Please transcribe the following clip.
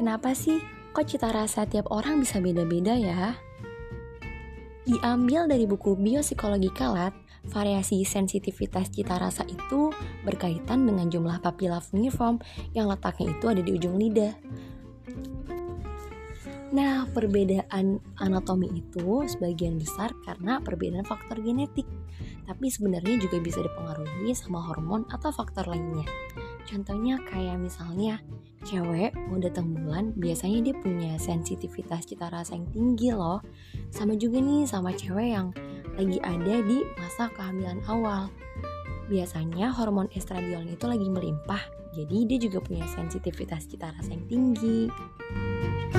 Kenapa sih kok cita rasa tiap orang bisa beda-beda ya? Diambil dari buku Biopsikologi Kalat, variasi sensitivitas cita rasa itu berkaitan dengan jumlah papila fungiform yang letaknya itu ada di ujung lidah. Nah, perbedaan anatomi itu sebagian besar karena perbedaan faktor genetik, tapi sebenarnya juga bisa dipengaruhi sama hormon atau faktor lainnya. Contohnya kayak misalnya cewek mau datang bulan biasanya dia punya sensitivitas cita rasa yang tinggi loh. Sama juga nih sama cewek yang lagi ada di masa kehamilan awal. Biasanya hormon estradiolnya itu lagi melimpah, jadi dia juga punya sensitivitas cita rasa yang tinggi.